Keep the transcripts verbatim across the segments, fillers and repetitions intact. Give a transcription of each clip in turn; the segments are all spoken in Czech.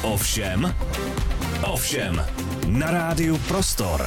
Ovšem, ovšem, na rádiu Prostor.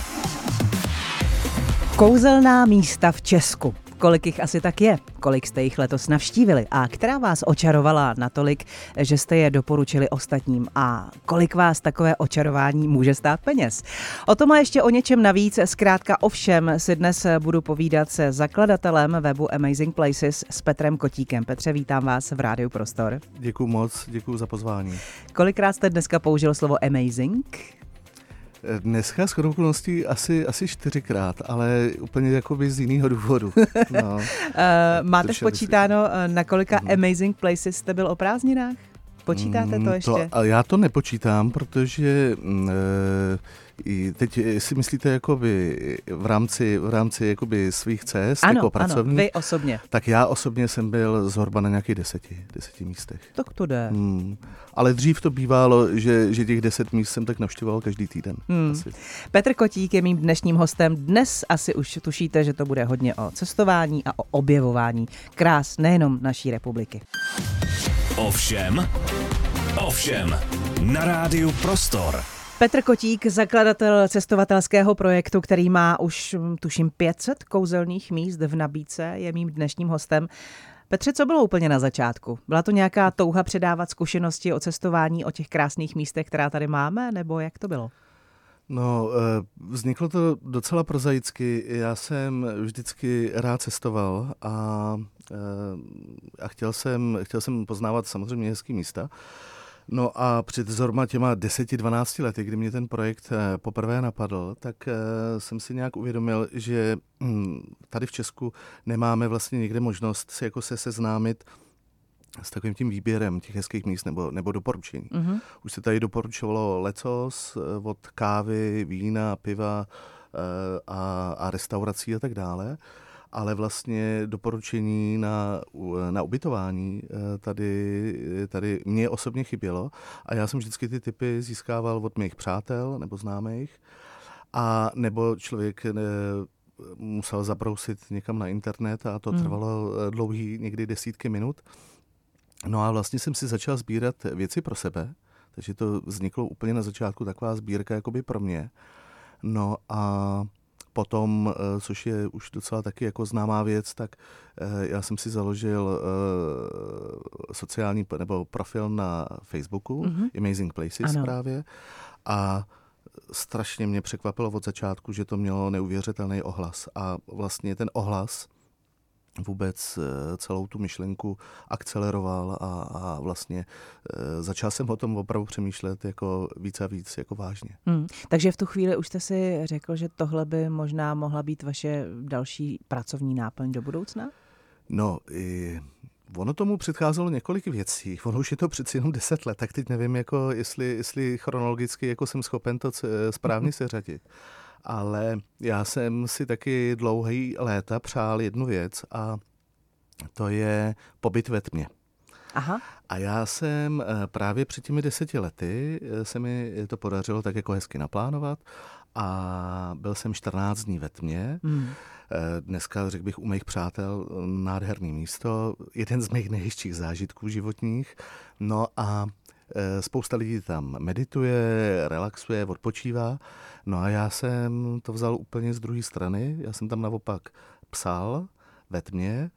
Kouzelná místa v Česku. Kolik jich asi tak je? Kolik jste jich letos navštívili? A která vás očarovala natolik, že jste je doporučili ostatním? A kolik vás takové očarování může stát peněz? O tom a ještě o něčem navíc, zkrátka ovšem, si dnes budu povídat se zakladatelem webu Amazing Places s Petrem Kotíkem. Petře, vítám vás v rádiu Prostor. Děkuju moc, děkuju za pozvání. Kolikrát jste dneska použil slovo amazing? Dneska shodou okolností asi, asi čtyřikrát, ale úplně jakoby z jiného důvodu. No, uh, máte spočítáno, na kolika mm. Amazing Places jste byl o prázdninách? Počítáte to ještě? To, já to nepočítám, protože e, teď si myslíte jakoby v rámci, v rámci jakoby svých cest, ano, jako pracovní. Ano, vy osobně. Tak já osobně jsem byl zhorba na nějakých deseti, deseti místech. Tak to jde. Hmm. Ale dřív to bývalo, že, že těch deset míst jsem tak navštěvoval každý týden. Hmm. Asi. Petr Kotík je mým dnešním hostem. Dnes asi už tušíte, že to bude hodně o cestování a o objevování krás nejenom naší republiky. Ovšem, ovšem, na rádiu Prostor. Petr Kotík, zakladatel cestovatelského projektu, který má už tuším pět set kouzelných míst v nabídce, je mým dnešním hostem. Petře, co bylo úplně na začátku? Byla to nějaká touha předávat zkušenosti o cestování, o těch krásných místech, která tady máme, nebo jak to bylo? No, vzniklo to docela prozaicky. Já jsem vždycky rád cestoval a, a chtěl jsem, chtěl jsem poznávat samozřejmě hezký místa. No a před zhruba těma deseti dvanácti lety, kdy mě ten projekt poprvé napadl, tak jsem si nějak uvědomil, že tady v Česku nemáme vlastně nikde možnost si jako se seznámit s takovým tím výběrem těch hezkých míst nebo, nebo doporučení. Mm-hmm. Už se tady doporučovalo lecos od kávy, vína, piva a, a restaurací a tak dále. Ale vlastně doporučení na, na ubytování tady, tady mě osobně chybělo a já jsem vždycky ty tipy získával od mých přátel nebo známých a nebo člověk ne, musel zabrousit někam na internet a to hmm. trvalo dlouhý, někdy desítky minut. No a vlastně jsem si začal sbírat věci pro sebe, takže to vzniklo úplně na začátku taková sbírka jakoby pro mě. No a potom, což je už docela taky jako známá věc, tak já jsem si založil sociální nebo profil na Facebooku, mm-hmm. Amazing Places ano. právě. A strašně mě překvapilo od začátku, že to mělo neuvěřitelný ohlas. A vlastně ten ohlas vůbec celou tu myšlenku akceleroval a, a vlastně začal jsem o tom opravdu přemýšlet jako víc a víc jako vážně. Hmm. Takže v tu chvíli už jste si řekl, že tohle by možná mohla být vaše další pracovní náplň do budoucna? No, i ono tomu předcházelo několik věcí. Ono už je to přeci jenom deset let, tak teď nevím, jako jestli, jestli chronologicky jako jsem schopen to správně seřadit. Ale já jsem si taky dlouhý léta přál jednu věc a to je pobyt ve tmě. Aha. A já jsem právě před těmi deseti lety se mi to podařilo tak jako hezky naplánovat a byl jsem čtrnáct dní ve tmě. Hmm. Dneska, řekl bych, u mých přátel nádherný místo, jeden z mých nejhezčích zážitků životních. No a spousta lidí tam medituje, relaxuje, odpočívá. No a já jsem to vzal úplně z druhé strany. Já jsem tam naopak psal ve tmě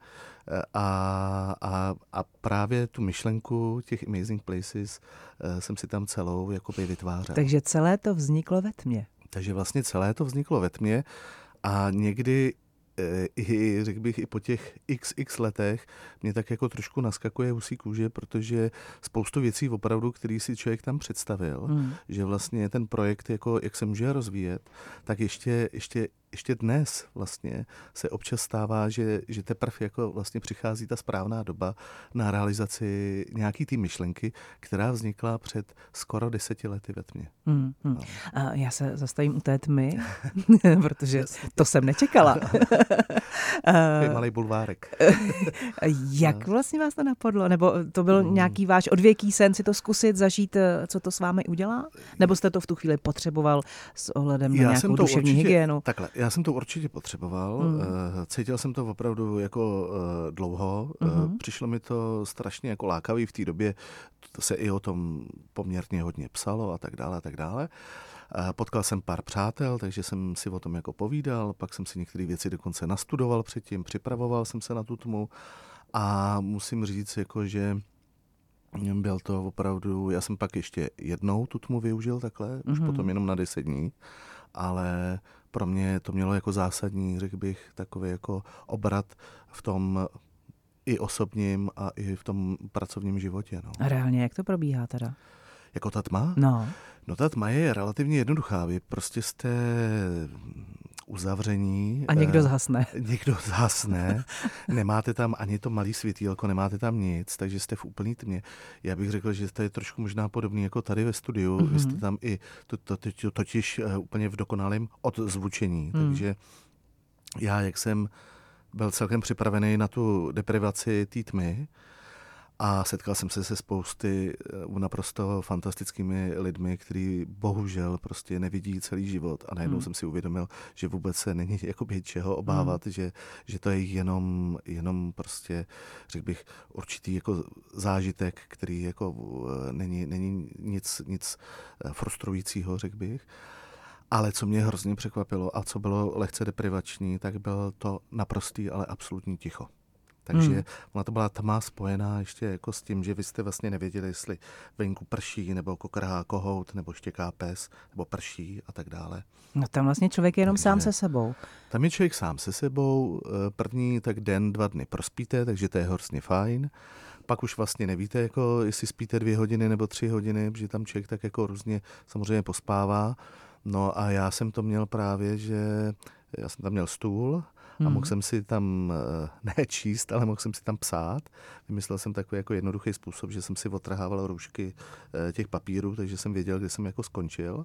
a, a, a právě tu myšlenku těch Amazing Places jsem si tam celou jakoby vytvářel. Takže celé to vzniklo ve tmě. Takže vlastně celé to vzniklo ve tmě a někdy i, řekl bych, i po těch x x letech mě tak jako trošku naskakuje husí kůže, protože spoustu věcí opravdu, který si člověk tam představil, hmm. že vlastně ten projekt, jako, jak se může rozvíjet, tak ještě, ještě, ještě dnes vlastně se občas stává, že, že teprve jako vlastně přichází ta správná doba na realizaci nějaký té myšlenky, která vznikla před skoro deseti lety ve tmě. Hmm, hmm. No. A já se zastavím u té tmy, protože to jsem nečekala. Takový malej bulvárek. Jak vlastně vás to napadlo? Nebo to byl hmm. nějaký váš odvěký sen si to zkusit, zažít, co to s vámi udělá? Nebo jste to v tu chvíli potřeboval s ohledem na já nějakou duševní určitě, hygienu? Takhle, já jsem to určitě potřeboval. Hmm. Cítil jsem to opravdu jako dlouho. Hmm. Přišlo mi to strašně jako lákavý v té době. Se i o tom poměrně hodně psalo a tak dále a tak dále. Potkal jsem pár přátel, takže jsem si o tom jako povídal. Pak jsem si některé věci dokonce nastudoval předtím. Připravoval jsem se na tu tmu. A musím říct, jako, že byl to opravdu, já jsem pak ještě jednou tu tmu využil takhle, mm-hmm. už potom jenom na deset dní, ale pro mě to mělo jako zásadní, řekl bych, takový jako obrat v tom i osobním a i v tom pracovním životě. No. A reálně, jak to probíhá teda? Jako ta tma? No. No ta tma je relativně jednoduchá. Vy prostě jste uzavření. A někdo zhasne. Eh, někdo zhasne. Nemáte tam ani to malý světýlko, nemáte tam nic, takže jste v úplný tmě. Já bych řekl, že to je trošku možná podobný jako tady ve studiu. Mm-hmm. Vy jste tam i to, to, to, totiž uh, úplně v dokonalém odzvučení. Mm. Takže já, jak jsem byl celkem připravený na tu deprivaci té tmy, a setkal jsem se se spousty naprosto fantastickými lidmi, kteří bohužel prostě nevidí celý život. A najednou hmm. jsem si uvědomil, že vůbec se není jakoby čeho obávat, hmm. že, že to je jenom, jenom prostě, řekl bych, určitý jako zážitek, který jako není, není nic, nic frustrujícího, řekl bych. Ale co mě hrozně překvapilo a co bylo lehce deprivační, tak bylo to naprostý, ale absolutní ticho. Takže hmm. ona to byla tma spojená ještě jako s tím, že vy jste vlastně nevěděli, jestli venku prší, nebo kokrhá kohout, nebo štěká pes, nebo prší a tak dále. No tam vlastně člověk je jenom takže sám se sebou. Tam je člověk sám se sebou, první tak den, dva dny prospíte, takže to je hrozně fajn. Pak už vlastně nevíte, jako jestli spíte dvě hodiny nebo tři hodiny, protože tam člověk tak jako různě samozřejmě pospává. No a já jsem to měl právě, že já jsem tam měl stůl, a mohl jsem si tam ne číst, ale mohl jsem si tam psát. Vymyslel jsem takový jako jednoduchý způsob, že jsem si odtrhával roušky těch papírů, takže jsem věděl, kde jsem jako skončil.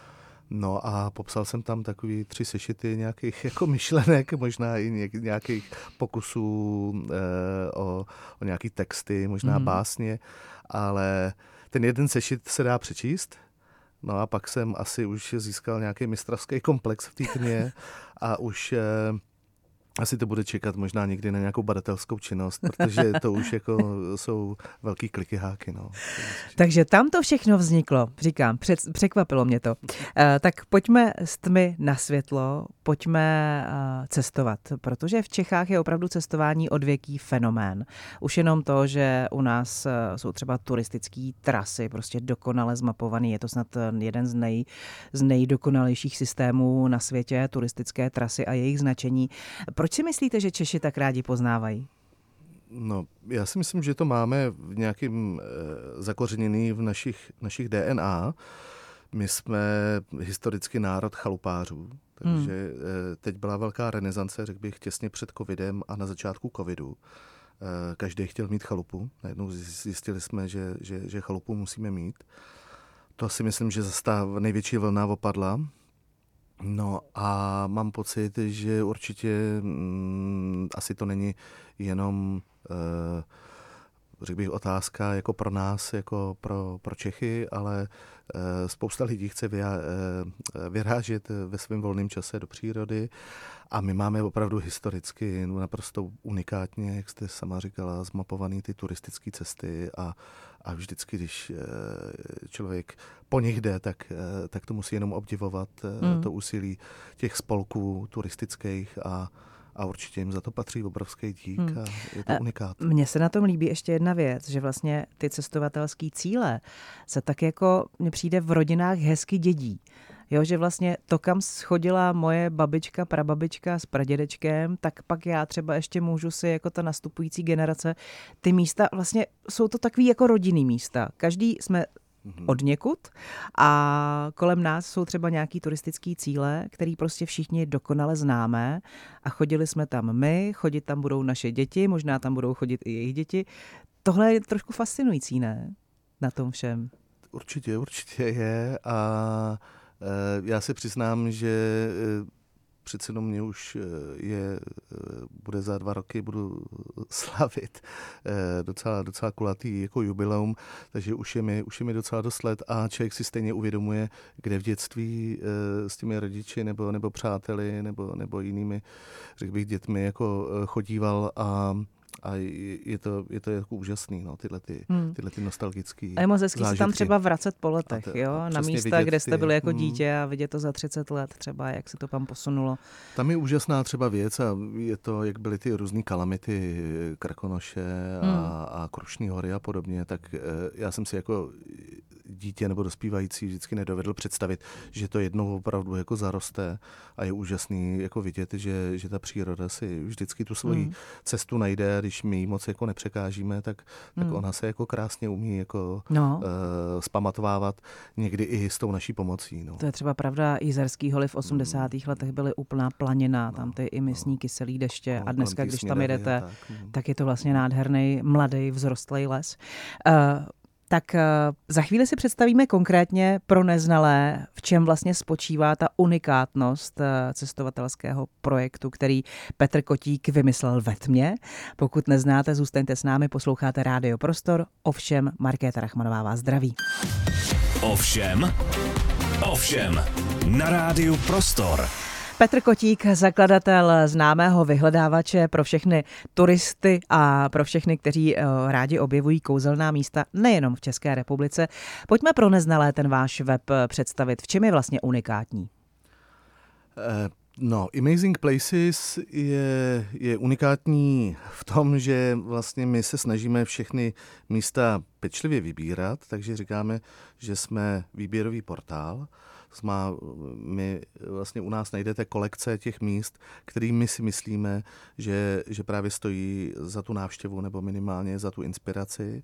No a popsal jsem tam takový tři sešity nějakých jako myšlenek, možná i nějakých pokusů eh, o, o nějaký texty, možná mm. básně, ale ten jeden sešit se dá přečíst. No a pak jsem asi už získal nějaký mistrovský komplex v té tmě a už... Eh, Asi to bude čekat možná někdy na nějakou badatelskou činnost, protože to už jako jsou velký klikyháky. No. Takže tam to všechno vzniklo, říkám, před, překvapilo mě to. E, tak pojďme z tmy na světlo, pojďme e, cestovat, protože v Čechách je opravdu cestování odvěký fenomén. Už jenom to, že u nás e, jsou třeba turistické trasy, prostě dokonale zmapovaný, je to snad jeden z, nej, z nejdokonalejších systémů na světě, turistické trasy a jejich značení. Proč si myslíte, že Češi tak rádi poznávají? No, já si myslím, že to máme v nějakým e, zakořeněný v našich, našich D N A. My jsme historicky národ chalupářů, takže hmm. e, teď byla velká renesance, řekl bych, těsně před covidem a na začátku covidu. E, každý chtěl mít chalupu. Najednou zjistili jsme, že, že, že chalupu musíme mít. To si myslím, že zase ta největší vlna opadla. No a mám pocit, že určitě mm, asi to není jenom, e, řekl bych, otázka jako pro nás, jako pro, pro Čechy, ale e, spousta lidí chce vya, e, vyrážet ve svém volném čase do přírody a my máme opravdu historicky naprosto unikátně, jak jste sama říkala, zmapované ty turistické cesty a A vždycky, když člověk po nich jde, tak, tak to musí jenom obdivovat, mm. to úsilí těch spolků turistických a, a určitě jim za to patří obrovský dík mm. a je to unikát. Mně se na tom líbí ještě jedna věc, že vlastně ty cestovatelské cíle se tak jako mně přijde v rodinách hezky dědí. Jo, že vlastně to, kam schodila moje babička, prababička s pradědečkem, tak pak já třeba ještě můžu si jako ta nastupující generace, ty místa vlastně jsou to takový jako rodinný místa. Každý jsme odněkud a kolem nás jsou třeba nějaký turistický cíle, který prostě všichni dokonale známe a chodili jsme tam my, chodit tam budou naše děti, možná tam budou chodit i jejich děti. Tohle je trošku fascinující, ne? Na tom všem. Určitě, určitě je a já si přiznám, že přece jenom mě už je, bude za dva roky, budu slavit docela, docela kulatý jako jubileum, takže už je, mi, už je mi docela dost let a člověk si stejně uvědomuje, kde v dětství s těmi rodiči nebo, nebo přáteli nebo, nebo jinými, řekl bych, dětmi jako chodíval a A je to, je to jako úžasný, no, tyhle, ty, hmm. tyhle ty nostalgický A je moc hezký se tam třeba vracet po letech, to, jo? Na místa, kde jste ty, byli jako dítě a vidět to za třicet let třeba, jak se to tam posunulo. Tam je úžasná třeba věc a je to, jak byly ty různý kalamity, Krkonoše a, hmm. a Krušný hory a podobně, tak já jsem si jako dítě nebo dospívající vždycky nedovedl představit, že to jednou opravdu jako zaroste a je úžasný jako vidět, že, že ta příroda si vždycky tu svoji hmm. cestu najde a když my ji moc jako nepřekážíme, tak, tak hmm. ona se jako krásně umí jako no. uh, zpamatovávat někdy i s tou naší pomocí. No. To je třeba pravda, Jizerský hory v osmdesátých hmm. letech byly úplná planina, no, tam ty imisní no. kyselý deště no, a dneska, když tam jedete, tak, hmm. tak je to vlastně nádherný, mladý, vzrostlý les. Uh, Tak za chvíli si představíme konkrétně pro neznalé, v čem vlastně spočívá ta unikátnost cestovatelského projektu, který Petr Kotík vymyslel ve tmě. Pokud neznáte, zůstaňte s námi, posloucháte Rádio Prostor. Ovšem, Markéta Rachmanová vás zdraví. Ovšem, ovšem, na Rádiu Prostor. Petr Kotík, zakladatel známého vyhledávače pro všechny turisty a pro všechny, kteří rádi objevují kouzelná místa nejenom v České republice. Pojďme pro neznalé ten váš web představit. V čem je vlastně unikátní? No, Amazing Places je, je unikátní v tom, že vlastně my se snažíme všechny místa pečlivě vybírat, takže říkáme, že jsme výběrový portál. Má, my vlastně u nás najdete kolekce těch míst, kterými si myslíme, že, že právě stojí za tu návštěvu nebo minimálně za tu inspiraci.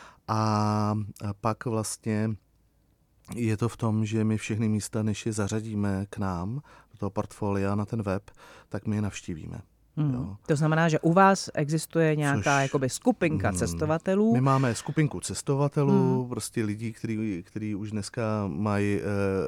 A pak vlastně je to v tom, že my všechny místa, než je zařadíme k nám, do toho portfolia na ten web, tak my je navštívíme. Hmm. To znamená, že u vás existuje nějaká Což, jakoby skupinka hmm, cestovatelů? My máme skupinku cestovatelů, hmm. prostě lidí, kteří, kteří už dneska mají e,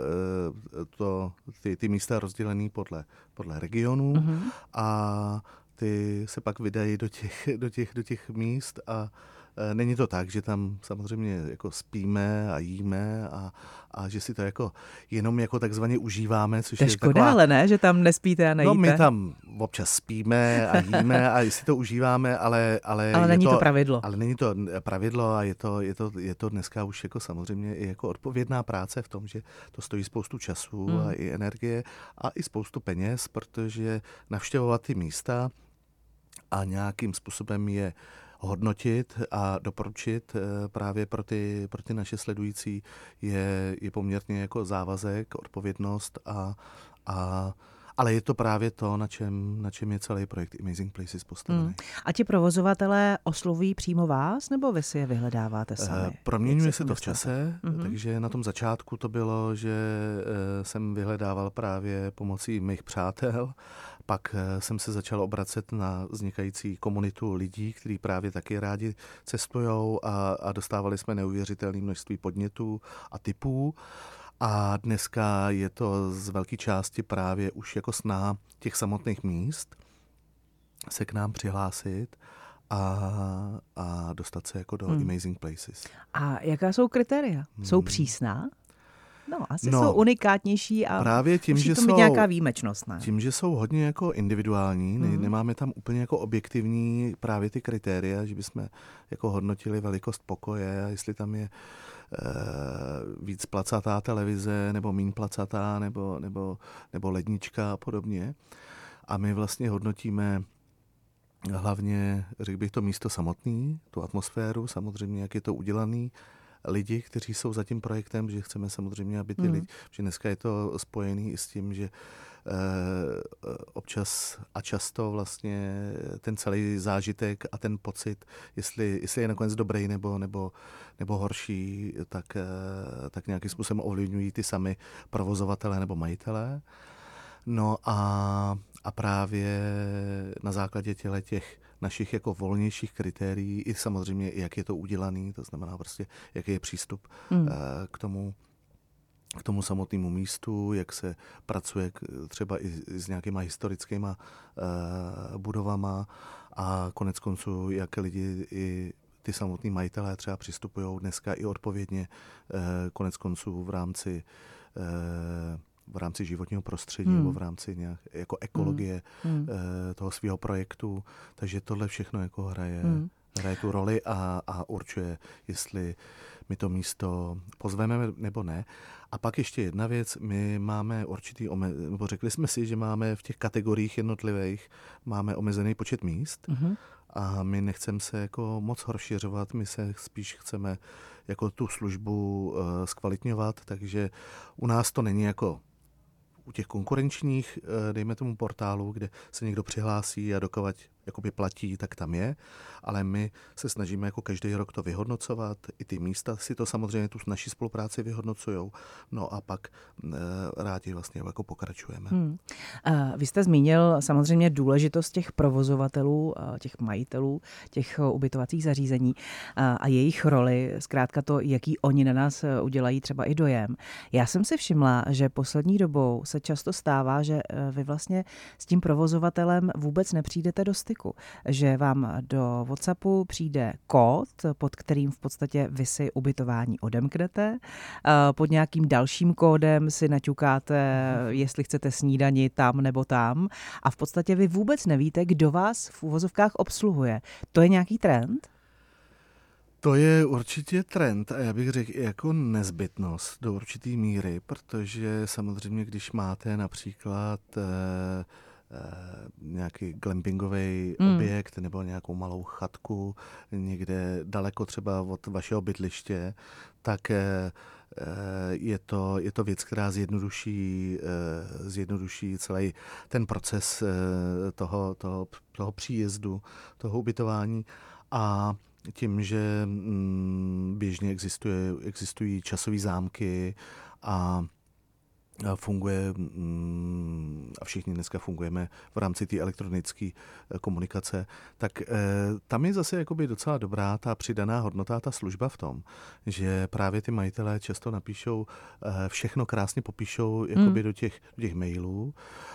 to, ty, ty místa rozdělené podle, podle regionů hmm. a ty se pak vydají do těch, do těch, do těch míst a není to tak, že tam samozřejmě jako spíme a jíme a, a že si to jako jenom jako takzvaně užíváme. Což to je, je škoda, taková... ale ne, že tam nespíte a nejíte. No my tam občas spíme a jíme a si to užíváme, ale... Ale, ale není to, to pravidlo. Ale není to pravidlo a je to, je, to, je to dneska už jako samozřejmě i jako odpovědná práce v tom, že to stojí spoustu času hmm. a i energie a i spoustu peněz, protože navštěvovat ty místa a nějakým způsobem je hodnotit a doporučit právě pro ty, pro ty naše sledující je, je poměrně jako závazek, odpovědnost a, a ale je to právě to, na čem, na čem je celý projekt Amazing Places postavený. Hmm. A ti provozovatelé oslovují přímo vás, nebo vy si je vyhledáváte sami? Proměňuje se to v čase, mm-hmm. takže na tom začátku to bylo, že jsem vyhledával právě pomocí mých přátel. Pak jsem se začal obracet na vznikající komunitu lidí, kteří právě taky rádi cestujou a, a dostávali jsme neuvěřitelné množství podnětů a tipů. A dneska je to z velké části právě už jako snaha těch samotných míst se k nám přihlásit a, a dostat se jako do hmm. Amazing Places. A jaká jsou kritéria? Jsou hmm. přísná? No, asi no, jsou unikátnější a právě tím, musí že to mít jsou, nějaká výjimečnost. Ne? Tím, že jsou hodně jako individuální, hmm. nemáme tam úplně jako objektivní právě ty kritéria, že bychom jako hodnotili velikost pokoje a jestli tam je víc placatá televize, nebo míň placatá, nebo, nebo, nebo lednička a podobně. A my vlastně hodnotíme hlavně, řekl bych, to místo samotný, tu atmosféru, samozřejmě, jak je to udělaný, lidi, kteří jsou za tím projektem, že chceme samozřejmě, aby ty mm. lidi, že dneska je to spojený i s tím, že eh, občas a často vlastně ten celý zážitek a ten pocit, jestli, jestli je nakonec dobrý nebo, nebo, nebo horší, tak, eh, tak nějakým způsobem ovlivňují ty sami provozovatelé nebo majitelé. No a, a právě na základě těch našich jako volnějších kritérií i samozřejmě, jak je to udělaný, to znamená prostě, jaký je přístup mm. k tomu k tomu samotnému místu, jak se pracuje třeba i s nějakýma historickýma uh, budovama a konec konců, jak lidi i ty samotní majitelé třeba přistupují dneska i odpovědně uh, konec konců v rámci uh, v rámci životního prostředí hmm. nebo v rámci nějak jako ekologie hmm. uh, toho svého projektu. Takže tohle všechno jako hraje, hmm. hraje tu roli a, a určuje, jestli my to místo pozveme nebo ne. A pak ještě jedna věc, my máme určitý, ome- nebo řekli jsme si, že máme v těch kategoriích jednotlivých, máme omezený počet míst mm-hmm. a my nechceme se jako moc rozšiřovat, my se spíš chceme jako tu službu uh, zkvalitňovat, takže u nás to není jako u těch konkurenčních, dejme tomu portálu, kde se někdo přihlásí a dokovat jakoby platí, tak tam je, ale my se snažíme jako každý rok to vyhodnocovat, i ty místa si to samozřejmě tu naší spolupráci vyhodnocujou, no a pak e, rádi vlastně jako pokračujeme. Hmm. Vy jste zmínil samozřejmě důležitost těch provozovatelů, těch majitelů, těch ubytovacích zařízení a jejich roli, zkrátka to, jaký oni na nás udělají třeba i dojem. Já jsem si všimla, že poslední dobou se často stává, že vy vlastně s tím provozovatelem vůbec nepřijdete do styku. Že vám do WhatsAppu přijde kód, pod kterým v podstatě vy si ubytování odemknete. Pod nějakým dalším kódem si naťukáte, jestli chcete snídani tam nebo tam. A v podstatě vy vůbec nevíte, kdo vás v uvozovkách obsluhuje. To je nějaký trend? To je určitě trend a já bych řekl jako nezbytnost do určitý míry, protože samozřejmě, když máte například eh, nějaký glampingový mm. objekt nebo nějakou malou chatku někde daleko třeba od vašeho bydliště, tak je to, je to věc, která zjednoduší, zjednoduší celý ten proces toho, toho, toho příjezdu, toho ubytování a tím, že běžně existuje, existují časové zámky a funguje a všichni dneska fungujeme v rámci té elektronické komunikace, tak tam je zase jakoby docela dobrá ta přidaná hodnota, ta služba v tom, že právě ty majitelé často napíšou, všechno krásně popíšou jakoby hmm. do těch, do těch mailů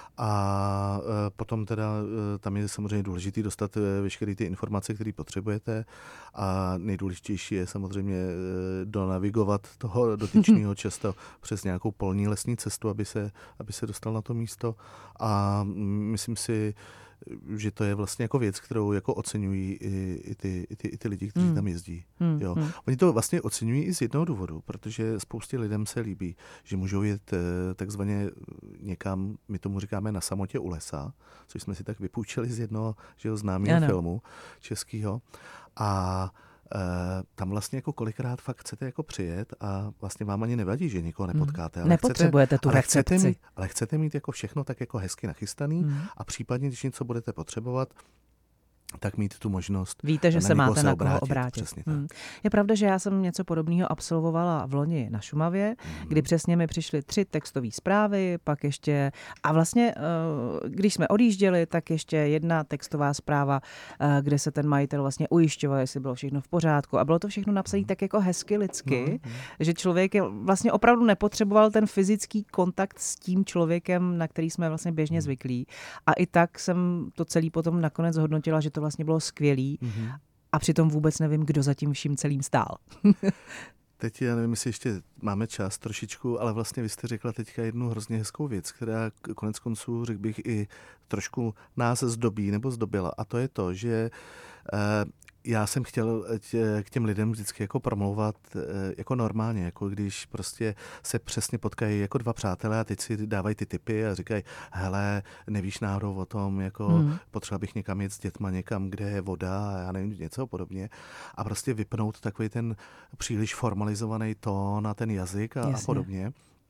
a potom teda tam je samozřejmě důležité dostat veškeré ty informace, které potřebujete a nejdůležitější je samozřejmě donavigovat toho dotyčného často přes nějakou polní lesní cestu, aby se, aby se dostal na to místo a myslím si, že to je vlastně jako věc, kterou jako oceňují i, i, ty, i, ty, i ty lidi, kteří hmm. tam jezdí. Hmm. Jo. Hmm. Oni to vlastně oceňují i z jednoho důvodu, protože spoustě lidem se líbí, že můžou jet takzvaně někam, my tomu říkáme na samotě u lesa, což jsme si tak vypůjčili z jednoho známého filmu českého. A Uh, tam vlastně jako kolikrát fakt chcete jako přijet a vlastně vám ani nevadí, že nikoho nepotkáte. Ale nepotřebujete chcete, tu ale recepci. Chcete mít, ale chcete mít jako všechno tak jako hezky nachystaný hmm. a případně, když něco budete potřebovat, tak mít tu možnost. Víte, že se máte se na obrátit, koho obrátit. Přesně hmm. Je pravda, že já jsem něco podobného absolvovala v loni na Šumavě, hmm. kdy přesně mi přišly tři textové zprávy, pak ještě, a vlastně, když jsme odjížděli, tak ještě jedna textová zpráva, kde se ten majitel vlastně ujišťoval, jestli bylo všechno v pořádku. A bylo to všechno napsané hmm. tak jako hezky lidsky, hmm. že člověk vlastně opravdu nepotřeboval ten fyzický kontakt s tím člověkem, na který jsme vlastně běžně zvyklí. A i tak jsem to celý potom nakonec hodnotila, že to vlastně bylo skvělý mm-hmm. a přitom vůbec nevím, kdo za tím vším celým stál. Teď já nevím, jestli ještě máme čas trošičku, ale vlastně vy jste řekla teďka jednu hrozně hezkou věc, která konec konců, řekl bych, i trošku nás zdobí nebo zdobila. A to je to, že uh, já jsem chtěl tě, k těm lidem vždycky jako promlouvat jako normálně, jako když prostě se přesně potkají jako dva přátelé a teď si dávají ty tipy a říkají, hele, nevíš náhodou o tom, jako hmm. potřeba bych někam jet s dětma někam, kde je voda a já nevím, něco podobně. A prostě vypnout takový ten příliš formalizovaný tón a ten jazyk a, a podobně.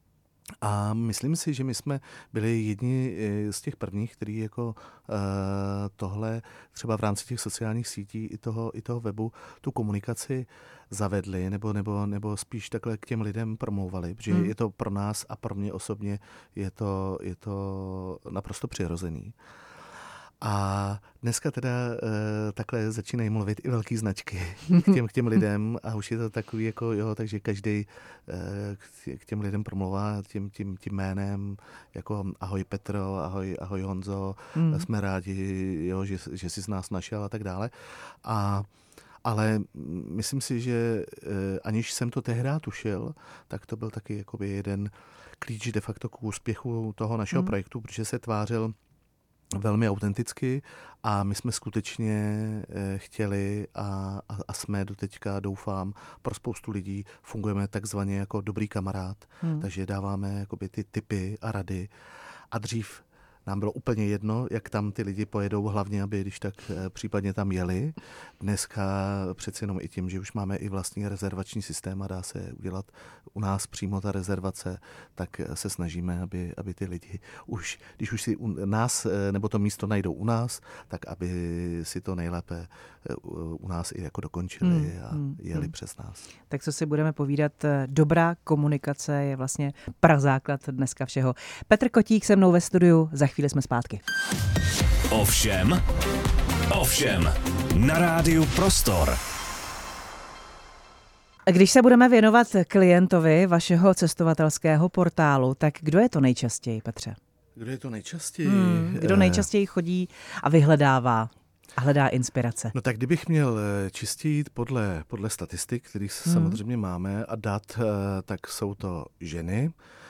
A myslím si, že my jsme byli jedni z těch prvních, kteří jako uh, tohle třeba v rámci těch sociálních sítí i toho, i toho webu tu komunikaci zavedli nebo, nebo, nebo spíš takhle k těm lidem promlouvali, protože hmm. je to pro nás a pro mě osobně je to, je to naprosto přirozený. A dneska teda uh, takhle začínají mluvit i velký značky k těm, k těm lidem a už je to takový jako, jo, takže každý uh, k těm lidem promluvá tím, tím, tím jménem, jako ahoj Petro, ahoj, ahoj Honzo, mm. jsme rádi, jo, že, že jsi z nás našel a tak dále. A ale myslím si, že uh, aniž jsem to tehdy tušil, tak to byl taky jakoby jeden klíč de facto k úspěchu toho našeho mm. projektu, protože se tvářil velmi autenticky a my jsme skutečně chtěli a, a, a jsme doteďka, doufám, pro spoustu lidí fungujeme takzvaně jako dobrý kamarád, hmm. takže dáváme jakoby ty tipy a rady a dřív nám bylo úplně jedno, jak tam ty lidi pojedou, hlavně, aby když tak případně tam jeli. Dneska přeci jenom i tím, že už máme i vlastní rezervační systém a dá se udělat u nás přímo ta rezervace, tak se snažíme, aby, aby ty lidi už, když už si u nás nebo to místo najdou u nás, tak aby si to nejlépe u nás i jako dokončili hmm, a jeli hmm. přes nás. Tak co si budeme povídat, dobrá komunikace je vlastně prazáklad dneska všeho. Petr Kotík se mnou ve studiu, za chvíli jsme zpátky. Ovšem, ovšem, na rádiu Prostor. Když se budeme věnovat klientovi vašeho cestovatelského portálu, tak kdo je to nejčastěji, Petře? Kdo je to nejčastěji? Hmm, kdo nejčastěji chodí a vyhledává a hledá inspirace? No tak kdybych měl čistě jít podle, podle statistik, kterých hmm. samozřejmě máme a dat, tak jsou to ženy.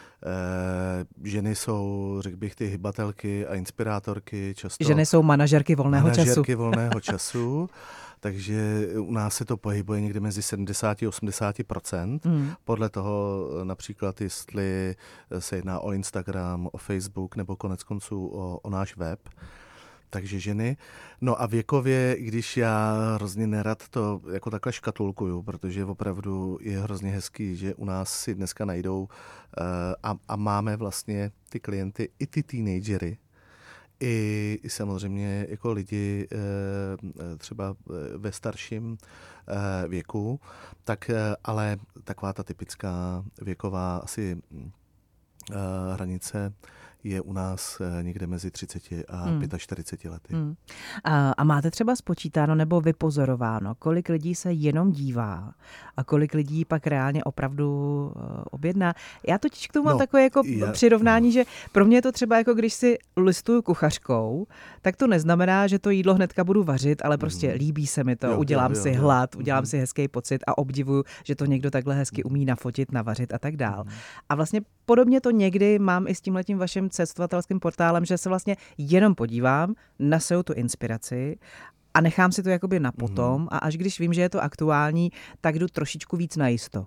Ženy jsou, řekl bych, ty hybatelky a inspirátorky. Často ženy jsou manažerky volného manažerky času. Manažerky volného času. Takže u nás se to pohybuje někde mezi sedmdesát až osmdesát procent. Mm. Podle toho například, jestli se jedná o Instagram, o Facebook nebo konec konců o, o náš web. Takže ženy. No a věkově, když já hrozně nerad to jako takhle škatulkuju, protože opravdu je hrozně hezký, že u nás si dneska najdou uh, a, a máme vlastně ty klienty i ty teenagery, I, i samozřejmě jako lidi uh, třeba ve starším uh, věku, tak uh, ale taková ta typická věková asi uh, hranice je u nás někde mezi třicet a hmm. čtyřicet pět lety. Hmm. A, a máte třeba spočítáno nebo vypozorováno, kolik lidí se jenom dívá a kolik lidí pak reálně opravdu uh, objedná? Já totiž k tomu no, mám takové jako já... přirovnání, že pro mě je to třeba jako když si listuju kuchařkou, tak to neznamená, že to jídlo hnedka budu vařit, ale prostě hmm. líbí se mi to, jo, udělám jo, jo, si jo, hlad, jo. udělám hmm. si hezký pocit a obdivuju, že to někdo takhle hezky umí nafotit, navařit a tak dál. Hmm. A vlastně podobně to někdy mám i s tímhletím vaším cestovatelským portálem, že se vlastně jenom podívám, naseju tu inspiraci a nechám si to jakoby na potom mm. a až když vím, že je to aktuální, tak jdu trošičku víc najisto.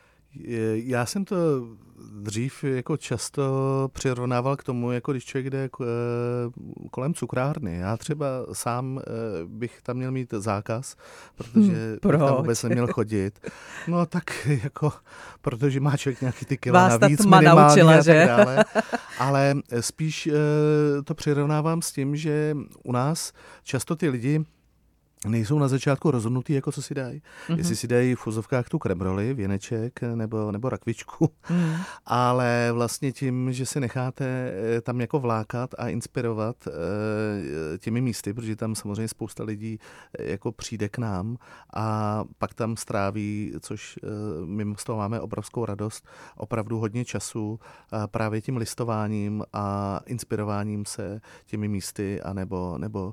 Já jsem to dřív jako často přirovnával k tomu, jako když člověk jde kolem cukrárny. Já třeba sám bych tam měl mít zákaz, protože hmm, bych tam vůbec neměl chodit. No tak jako, protože má člověk nějaký ty kila Vás navíc minimálně naučila, a tak dále. Ale spíš to přirovnávám s tím, že u nás často ty lidi nejsou na začátku rozhodnutý, jako co si dají. Mm-hmm. Jestli si dají v fuzovkách tu kremroli, věneček nebo, nebo rakvičku. Mm. Ale vlastně tím, že si necháte tam jako vlákat a inspirovat těmi místy, protože tam samozřejmě spousta lidí jako přijde k nám a pak tam stráví, což my z toho máme obrovskou radost, opravdu hodně času právě tím listováním a inspirováním se těmi místy a nebo, nebo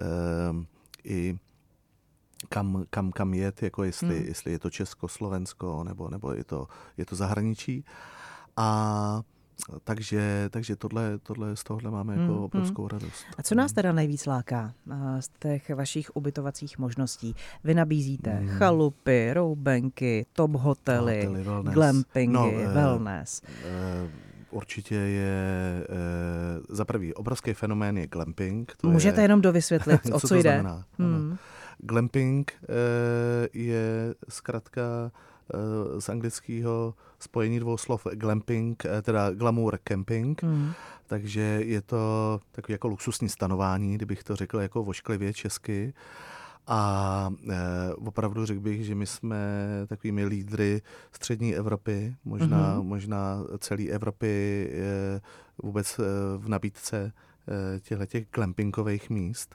i kam, kam, kam jet, jako jestli, hmm. jestli je to Česko, Slovensko, nebo, nebo je to, je to zahraničí. A takže, takže tohle, tohle, z tohohle máme jako hmm. obrovskou radost. A co nás teda nejvíc láká z těch vašich ubytovacích možností? Vy nabízíte hmm. chalupy, roubenky, top hotely, hotely wellness. glampingy, no, eh, wellness. Eh, Určitě je e, za prvý obrovský fenomén je glamping. To Můžete je, jenom dovysvětlit, o co, co jde? Znamená, hmm. Glamping e, je zkrátka e, z anglického spojení dvou slov glamping, e, teda glamour camping, hmm. takže je to takový jako luxusní stanování, kdybych to řekl jako vošklivě česky. A e, opravdu řekl bych, že my jsme takovými lídry střední Evropy, možná, mm-hmm. možná celé Evropy e, vůbec e, v nabídce těchto glampingových míst.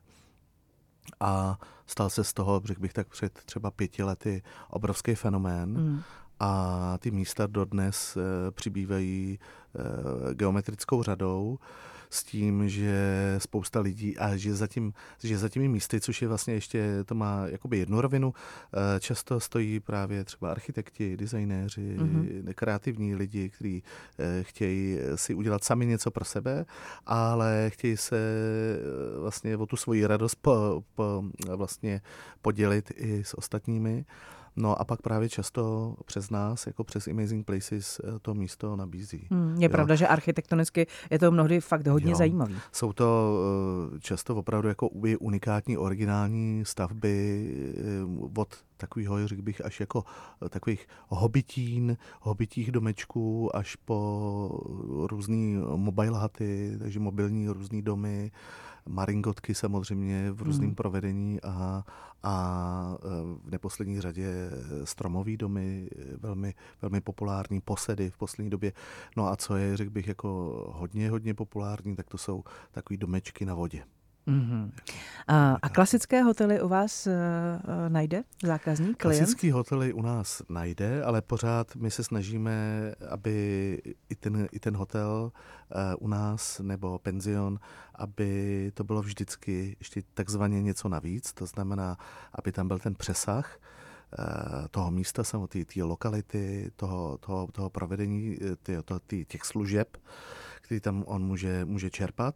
A stal se z toho, řekl bych tak před třeba pěti lety, obrovský fenomén. Mm. A ty místa dodnes e, přibývají e, geometrickou řadou s tím, že spousta lidí, a že za, tím, že za těmi místy, což je vlastně ještě, to má jakoby jednu rovinu, e, často stojí právě třeba architekti, designéři, mm-hmm. kreativní lidi, kteří e, chtějí si udělat sami něco pro sebe, ale chtějí se e, vlastně o tu svoji radost po, po, vlastně podělit i s ostatními. No a pak právě často přes nás, jako přes Amazing Places, to místo nabízí. Hmm, je jo. Pravda, že architektonicky je to mnohdy fakt hodně jo. zajímavý. Jsou to často opravdu jako unikátní, originální stavby od takového, řekl bych, až jako takových hobitín, hobitích domečků, až po různý mobile haty, takže mobilní různý domy, maringotky samozřejmě v různém hmm. provedení a, a v neposlední řadě stromový domy, velmi, velmi populární, posedy v poslední době. No a co je, řekl bych, jako hodně, hodně populární, tak to jsou takový domečky na vodě. Mm-hmm. A, a klasické hotely u vás uh, najde zákazník, klient? Klasický hotely u nás najde, ale pořád my se snažíme, aby i ten, i ten hotel uh, u nás nebo penzion, aby to bylo vždycky ještě takzvaně něco navíc, to znamená, aby tam byl ten přesah uh, toho místa, samotné té lokality, toho, toho, toho provedení tý, to, tý, těch služeb, který tam on může, může čerpat.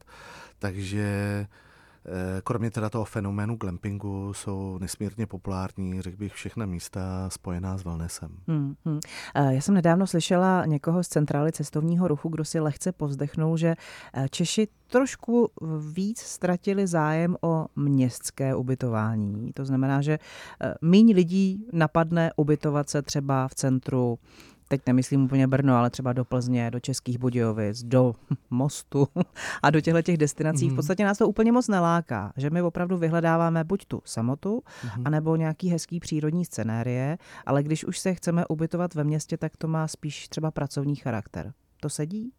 Takže kromě teda toho fenoménu glampingu jsou nesmírně populární, řekl bych, všechna místa spojená s wellnessem. Hmm, hmm. Já jsem nedávno slyšela někoho z centrály cestovního ruchu, kdo si lehce povzdechnul, že Češi trošku víc ztratili zájem o městské ubytování. To znamená, že míň lidí napadne ubytovat se třeba v centru. Teď nemyslím úplně Brno, ale třeba do Plzně, do Českých Budějovic, do Mostu a do těchto těch destinací. Mm. V podstatě nás to úplně moc neláká, že my opravdu vyhledáváme buď tu samotu, mm. anebo nějaký hezký přírodní scenérie, ale když už se chceme ubytovat ve městě, tak to má spíš třeba pracovní charakter. To sedí?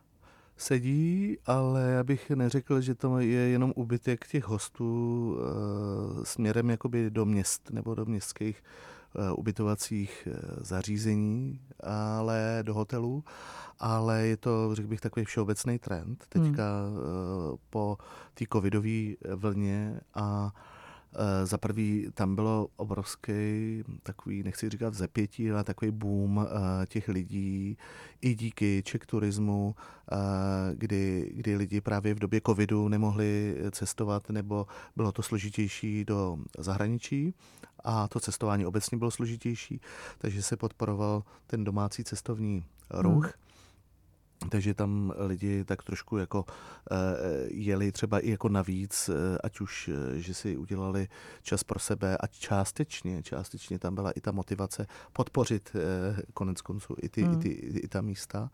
Sedí, ale já bych neřekl, že to je jenom úbytek těch hostů e, směrem jakoby do měst nebo do městských ubytovacích zařízení, ale do hotelů, ale je to, řekl bych, takový všeobecný trend teďka hmm. po té covidové vlně a za prvý tam bylo obrovský takový, nechci říkat vzepětí, ale takový boom těch lidí i díky Czech turismu, kdy, kdy lidi právě v době covidu nemohli cestovat nebo bylo to složitější do zahraničí a to cestování obecně bylo složitější, takže se podporoval ten domácí cestovní ruch. Hmm. Takže tam lidi tak trošku jako uh, jeli třeba i jako navíc, uh, ať už, uh, že si udělali čas pro sebe, ať částečně, částečně tam byla i ta motivace podpořit uh, konec konců i, ty, hmm. i, ty, i, i ta místa.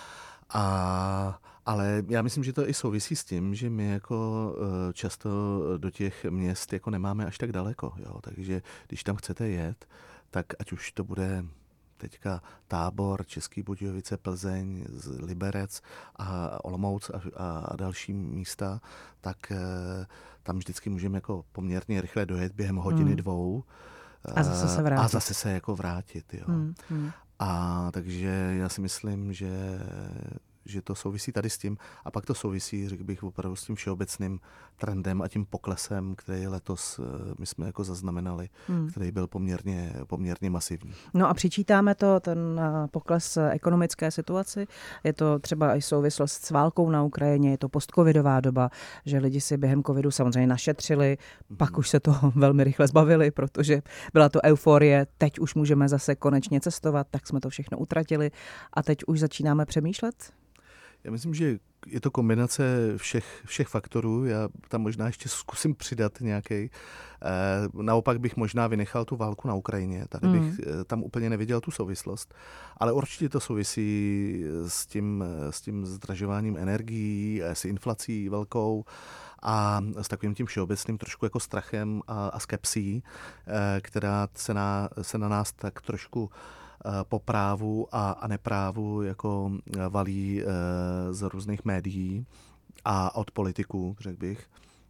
A, ale já myslím, že to i souvisí s tím, že my jako uh, často do těch měst jako nemáme až tak daleko. Jo? Takže když tam chcete jet, tak ať už to bude teďka Tábor, Český Budějovice, Plzeň, Liberec a Olomouc a, a, a další místa, tak e, tam vždycky můžeme jako poměrně rychle dojet během hodiny, hmm. dvou. A zase se vrátit. A zase se jako vrátit, jo. Hmm. Hmm. A takže já si myslím, že že to souvisí tady s tím a pak to souvisí, řekl bych, opravdu s tím všeobecným trendem a tím poklesem, který letos my jsme jako zaznamenali, hmm. který byl poměrně, poměrně masivní. No a přičítáme to, ten pokles ekonomické situaci, je to třeba i souvislost s válkou na Ukrajině, je to postcovidová doba, že lidi si během covidu samozřejmě našetřili, hmm. pak už se toho velmi rychle zbavili, protože byla to euforie, teď už můžeme zase konečně cestovat, tak jsme to všechno utratili a teď už začínáme přemýšlet? Já myslím, že je to kombinace všech, všech faktorů. Já tam možná ještě zkusím přidat nějaký. Naopak bych možná vynechal tu válku na Ukrajině. Tady bych mm. tam úplně neviděl tu souvislost. Ale určitě to souvisí s tím, s tím zdražováním energií, s inflací velkou a s takovým tím všeobecným trošku jako strachem a, a skepsí, která se na, se na nás tak trošku po právu a, a neprávu jako valí e, z různých médií. a od politiků, řekl bych.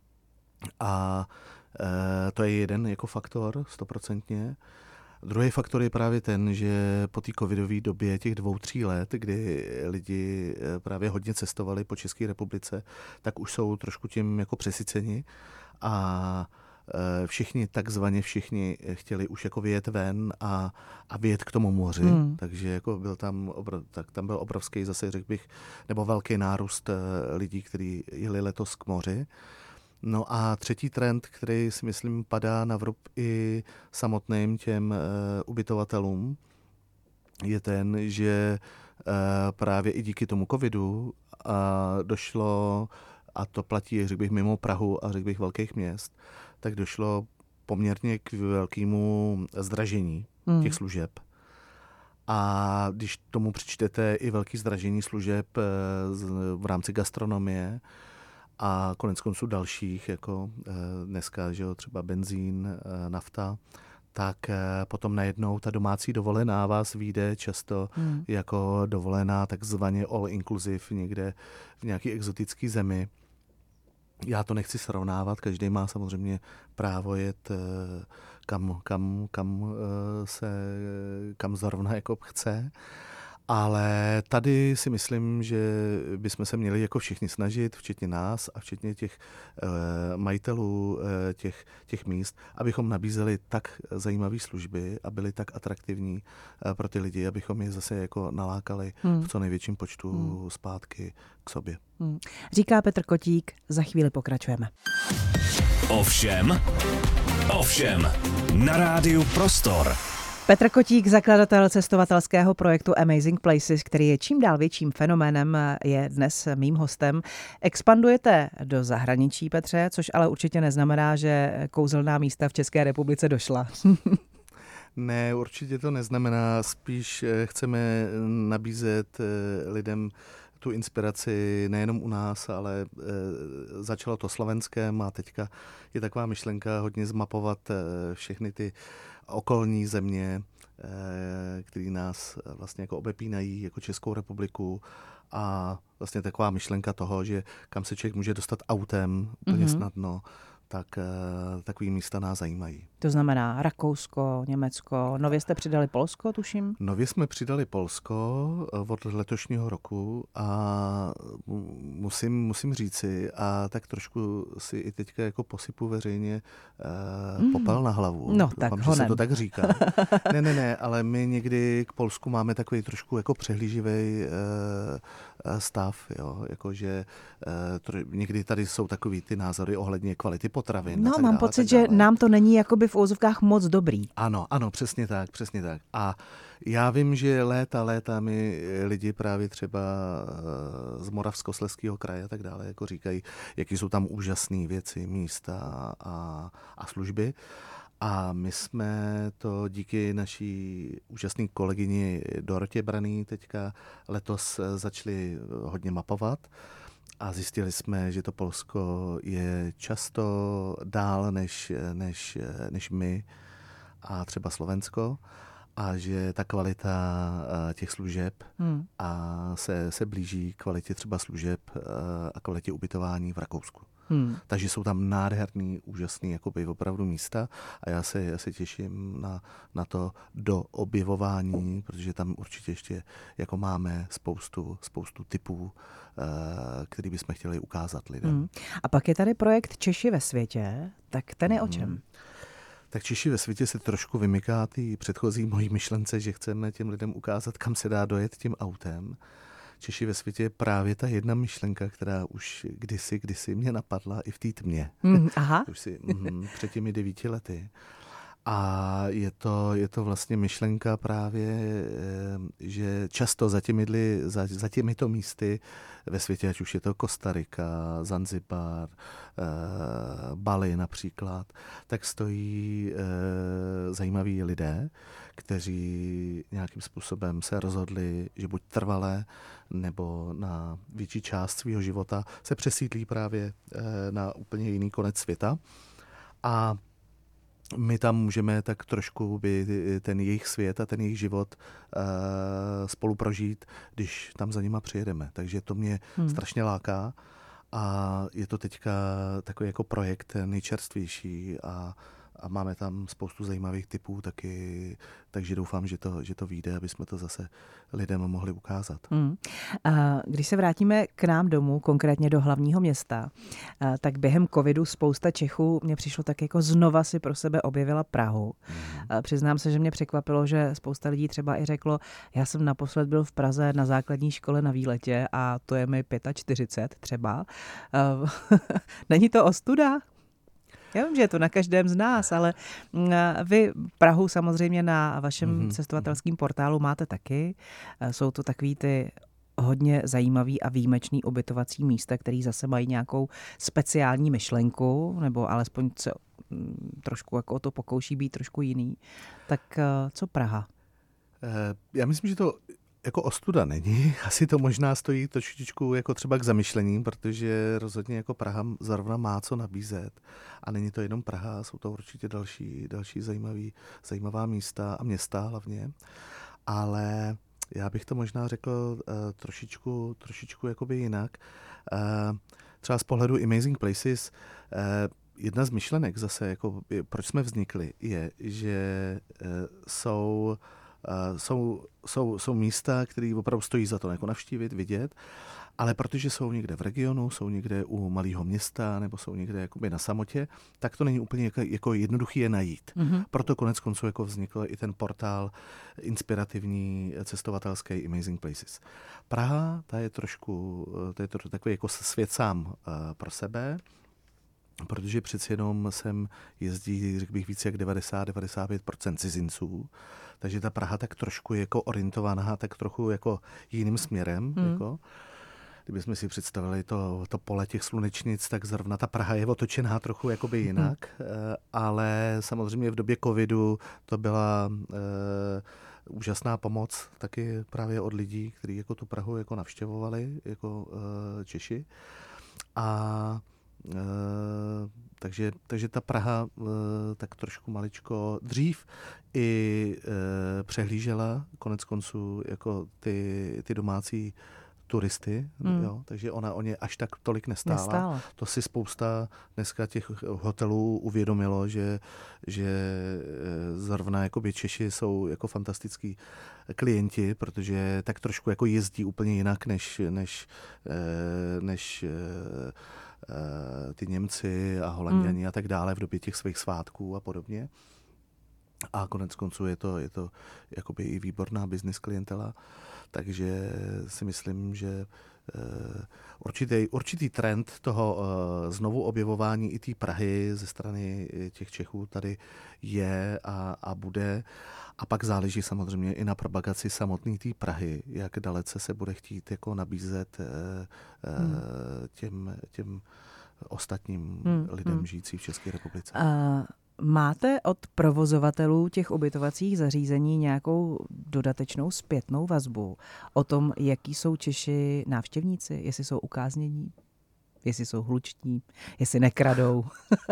A e, to je jeden jako faktor, stoprocentně. Druhý faktor je právě ten, že po té covidové době těch dvou, tří let, kdy lidi právě hodně cestovali po České republice, tak už jsou trošku tím jako přesyceni a všichni, takzvaně všichni chtěli už jako vyjet ven a, a vyjet k tomu moři, hmm. takže jako byl tam, obrov, tak tam byl obrovský zase, řekl bych, nebo velký nárůst lidí, kteří jeli letos k moři. No a třetí trend, který si myslím padá na vrub i samotným těm uh, ubytovatelům, je ten, že uh, právě i díky tomu covidu uh, došlo, a to platí, řekl bych, mimo Prahu a řekl bych velkých měst, tak došlo poměrně k velkému zdražení hmm. těch služeb. A když tomu přičtete i velké zdražení služeb uh, v rámci gastronomie, a konec konců dalších, jako dneska, že jo, třeba benzín, nafta, tak potom najednou ta domácí dovolená vás vyjde často hmm. jako dovolená takzvaně all inclusive někde v nějaké exotické zemi. Já to nechci srovnávat, každý má samozřejmě právo jet kam, kam, kam se, kam zrovna jako chce. Ale tady si myslím, že bychom se měli jako všichni snažit, včetně nás a včetně těch e, majitelů e, těch, těch míst, abychom nabízeli tak zajímavé služby a byli tak atraktivní e, pro ty lidi, abychom je zase jako nalákali hmm. v co největším počtu hmm. zpátky k sobě. Hmm. Říká Petr Kotík, za chvíli pokračujeme. Ovšem, ovšem, na rádiu Prostor. Petr Kotík, zakladatel cestovatelského projektu Amazing Places, který je čím dál větším fenoménem, je dnes mým hostem. Expandujete do zahraničí, Petře, což ale určitě neznamená, že kouzelná místa v České republice došla. Ne, určitě to neznamená. Spíš chceme nabízet lidem tu inspiraci nejenom u nás, ale e, začalo to Slovenskem a teďka je taková myšlenka hodně zmapovat e, všechny ty okolní země, e, které nás vlastně jako obepínají, jako Českou republiku, a vlastně taková myšlenka toho, že kam se člověk může dostat autem úplně mm-hmm. snadno, tak takový místa nás zajímají. To znamená Rakousko, Německo, nově jste přidali Polsko, tuším? Nově jsme přidali Polsko od letošního roku a musím, musím říci, a tak trošku si i teďka jako posypu veřejně uh, mm. popel na hlavu. No, tak Doufám, že se to tak říká. ne, ne, ne, ale my někdy k Polsku máme takový trošku jako přehlíživý uh, stav, jo, jakože uh, někdy tady jsou takový ty názory ohledně kvality potravin. No, tak mám dále, pocit, že nám to není jakoby v úvozovkách moc dobrý. Ano, ano, přesně tak, přesně tak. A já vím, že léta, léta mi lidi právě třeba z Moravskoslezského kraje a tak dále jako říkají, jaký jsou tam úžasné věci, místa a, a služby. A my jsme to díky naší úžasné kolegyni Dorotě Braný teďka letos začali hodně mapovat. A zjistili jsme, že to Polsko je často dál než, než, než my a třeba Slovensko, a že ta kvalita těch služeb hmm. a se, se blíží kvalitě třeba služeb a kvalitě ubytování v Rakousku. Hmm. Takže jsou tam nádherný, úžasný jakoby opravdu místa a já se, já se těším na, na to do objevování, protože tam určitě ještě jako máme spoustu, spoustu typů, který bychom chtěli ukázat lidem. Hmm. A pak je tady projekt Češi ve světě, tak ten je o čem? Hmm. Tak Češi ve světě se trošku vymyká té předchozí mojí myšlence, že chceme těm lidem ukázat, kam se dá dojet tím autem. Češi ve světě je právě ta jedna myšlenka, která už kdysi, kdysi mě napadla i v té tmě. Mm, aha. Už si mm, před těmi devíti lety. A je to, je to vlastně myšlenka právě, že často za, těmi, za, za těmito místy ve světě, ať už je to Kostarika, Zanzibar, eh, Bali například, tak stojí eh, zajímaví lidé, kteří nějakým způsobem se rozhodli, že buď trvale nebo na větší část svého života se přesídlí právě eh, na úplně jiný konec světa. A my tam můžeme tak trošku by ten jejich svět a ten jejich život uh, spolu prožít, když tam za nima přijedeme. Takže to mě hmm. strašně láká a je to teďka takový jako projekt nejčerstvější a A máme tam spoustu zajímavých typů taky, takže doufám, že to, že to vyjde, aby jsme to zase lidem mohli ukázat. Hmm. A když se vrátíme k nám domů, konkrétně do hlavního města, tak během covidu spousta Čechů mě přišlo tak jako znova si pro sebe objevila Prahu. Hmm. Přiznám se, že mě překvapilo, že spousta lidí třeba i řeklo, já jsem naposled byl v Praze na základní škole na výletě a to je mi čtyřicet pět třeba. Není to ostuda? Já vím, že je to na každém z nás, ale vy Prahu samozřejmě na vašem mm-hmm. cestovatelském portálu máte taky. Jsou to takový ty hodně zajímavý a výjimečný ubytovací místa, který zase mají nějakou speciální myšlenku, nebo alespoň se trošku jako o to pokouší být trošku jiný. Tak co Praha? Já myslím, že to jako ostuda není. Asi to možná stojí trošičku jako třeba k zamyšlení, protože rozhodně jako Praha zrovna má co nabízet. A není to jenom Praha, jsou to určitě další, další zajímavý, zajímavá místa a města hlavně. Ale já bych to možná řekl uh, trošičku, trošičku jakoby jinak. Uh, třeba z pohledu Amazing Places uh, jedna z myšlenek zase, jako, proč jsme vznikli, je, že uh, jsou Uh, jsou, jsou, jsou místa, které opravdu stojí za to jako navštívit, vidět, ale protože jsou někde v regionu, jsou někde u malého města nebo jsou někde jakoby na samotě, tak to není úplně jako, jako jednoduchý je najít. Mm-hmm. Proto konec konců jako vznikl i ten portál inspirativní cestovatelský Amazing Places. Praha, ta je trošku, to je to takový jako svět sám uh, pro sebe, protože přeci jenom sem jezdí, řekl bych, více jak devadesát až devadesát pět procent cizinců, takže ta Praha tak trošku je jako orientovaná, tak trochu jako jiným směrem. Hmm. Jako. Kdybychom si představili to, to pole těch slunečnic, tak zrovna ta Praha je otočená trochu jakoby jinak, hmm. ale samozřejmě v době covidu to byla uh, úžasná pomoc taky právě od lidí, kteří jako tu Prahu jako navštěvovali, jako uh, Češi. A Uh, takže, takže ta Praha uh, tak trošku maličko dřív i uh, přehlížela konec konců jako ty, ty domácí turisty, mm. jo, takže ona o ně až tak tolik nestála. nestála. To si spousta dneska těch hotelů uvědomilo, že, že zrovna jakoby Češi jsou jako fantastický klienti, protože tak trošku jako jezdí úplně jinak než, než, než ty Němci a Holanděni mm. a tak dále v době těch svých svátků a podobně. A konec konců je to, je to jakoby i výborná business klientela, takže si myslím, že uh, určitý, určitý trend toho uh, znovu objevování i té Prahy ze strany těch Čechů tady je a, a bude. A pak záleží samozřejmě i na propagaci samotné té Prahy, jak dalece se bude chtít jako nabízet uh, uh, hmm. těm, těm ostatním hmm. lidem hmm. žijících v České republice. A máte od provozovatelů těch ubytovacích zařízení nějakou dodatečnou zpětnou vazbu o tom, jaký jsou Češi návštěvníci, jestli jsou ukáznění, jestli jsou hluční, jestli nekradou?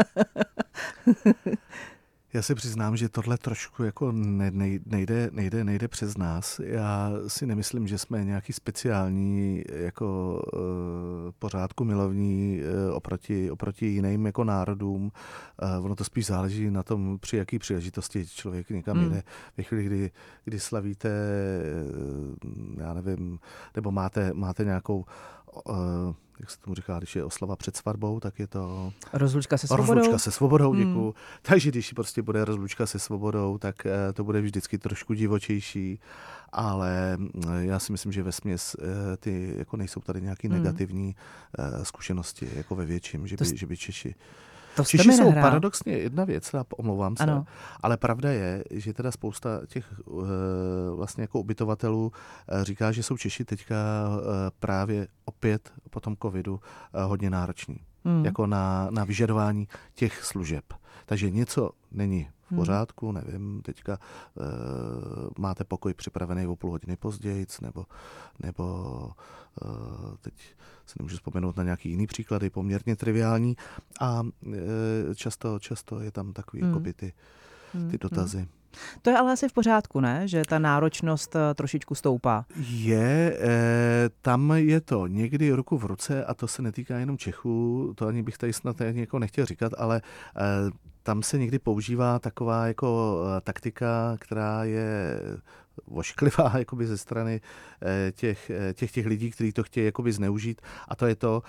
Já se přiznám, že tohle trošku jako nejde, nejde, nejde přes nás. Já si nemyslím, že jsme nějaký speciální jako uh, pořádku milovní uh, oproti, oproti jiným jako národům. Uh, ono to spíš záleží na tom, při jaký příležitosti člověk někam jde. Mm. Ve chvíli, kdy, kdy slavíte, uh, já nevím, nebo máte, máte nějakou uh, jak se tomu říká, když je oslava před svatbou, tak je to rozlučka se svobodou. Rozlučka se svobodou, děkuju. Hmm. Takže když prostě bude rozlučka se svobodou, tak to bude vždycky trošku divočejší, ale já si myslím, že vesměs ty jako nejsou tady nějaké hmm. negativní zkušenosti, jako ve větším, že by, že by Češi To Češi jsou paradoxně jedna věc, omlouvám se, ano. ale pravda je, že teda spousta těch uh, vlastně jako ubytovatelů uh, říká, že jsou Češi teďka uh, právě opět po tom covidu uh, hodně nároční, hmm. jako na, na vyžadování těch služeb. Takže něco není v pořádku, nevím, teďka uh, máte pokoj připravený o půl hodiny později, nebo, nebo uh, teď se nemůžu vzpomenout na nějaký jiný příklady, poměrně triviální a uh, často, často je tam takový hmm. jakoby ty, ty dotazy. Hmm. To je ale asi v pořádku, ne? Že ta náročnost trošičku stoupá. Je, e, tam je to někdy ruku v ruce a to se netýká jenom Čechů, to ani bych tady snad jako nechtěl říkat, ale e, tam se někdy používá taková jako taktika, která je ošklivá jakoby ze strany těch, těch, těch lidí, kteří to chtějí jakoby zneužít. A to je to,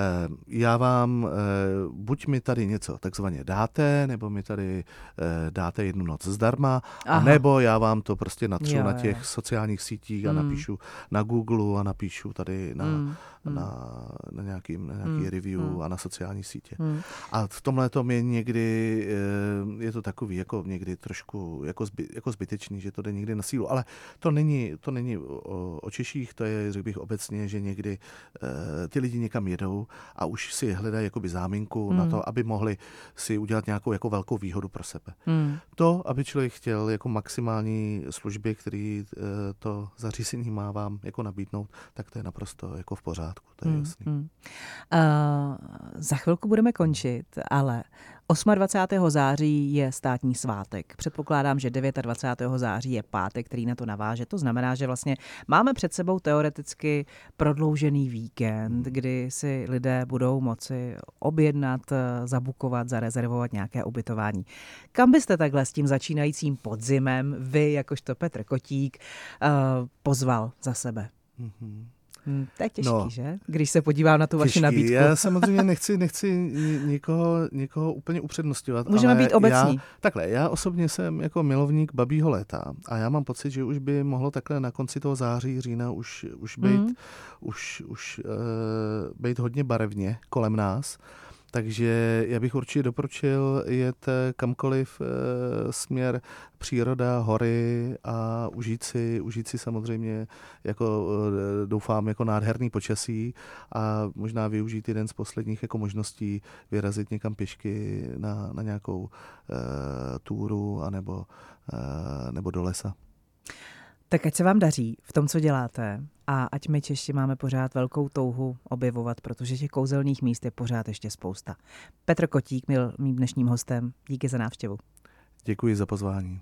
já vám, buď mi tady něco takzvaně dáte, nebo mi tady dáte jednu noc zdarma, a nebo já vám to prostě natřu jo, na těch jo. sociálních sítích a mm. napíšu na Google a napíšu tady na, mm. na, na, nějaký, na nějaký mm. review mm. a na sociální sítě. Mm. A v tomhle tom je někdy, je to takový jako někdy trošku jako, zby, jako zbytečný, že to jde někdy na sílu. Ale to není, to není o, o Češích, to je, řekl bych obecně, že někdy uh, ty lidi někam jedou a už si hledají jakoby záminku mm. na to, aby mohli si udělat nějakou jako velkou výhodu pro sebe. Mm. To, aby člověk chtěl jako maximální služby, který uh, to zařízení má vám jako nabídnout, tak to je naprosto jako v pořádku, to je mm. jasný. Mm. Uh, za chvilku budeme končit, ale dvacátého osmého září je státní svátek. Předpokládám, že dvacátého devátého září je pátek, který na to naváže. To znamená, že vlastně máme před sebou teoreticky prodloužený víkend, kdy si lidé budou moci objednat, zabukovat, zarezervovat nějaké ubytování. Kam byste takhle s tím začínajícím podzimem vy, jakožto Petr Kotík, pozval za sebe? Mm-hmm. Hmm, to je těžký, no, že? Když se podívám na tu těžký. vaši nabídku. Já samozřejmě nechci, nechci nikoho, nikoho úplně upřednostňovat. Můžeme ale být obecní. Já, takhle, já osobně jsem jako milovník babího léta a já mám pocit, že už by mohlo takhle na konci toho září, října už, už být, mm. už, už, uh, být hodně barevně kolem nás. Takže já bych určitě doporučil jet kamkoliv e, směr příroda, hory a užít si, užít si samozřejmě, jako e, doufám, jako nádherný počasí a možná využít jeden z posledních jako možností vyrazit někam pěšky na, na nějakou e, túru anebo, e, nebo do lesa. Tak ať se vám daří v tom, co děláte a ať my Češi máme pořád velkou touhu objevovat, protože těch kouzelných míst je pořád ještě spousta. Petr Kotík byl mým dnešním hostem. Díky za návštěvu. Děkuji za pozvání.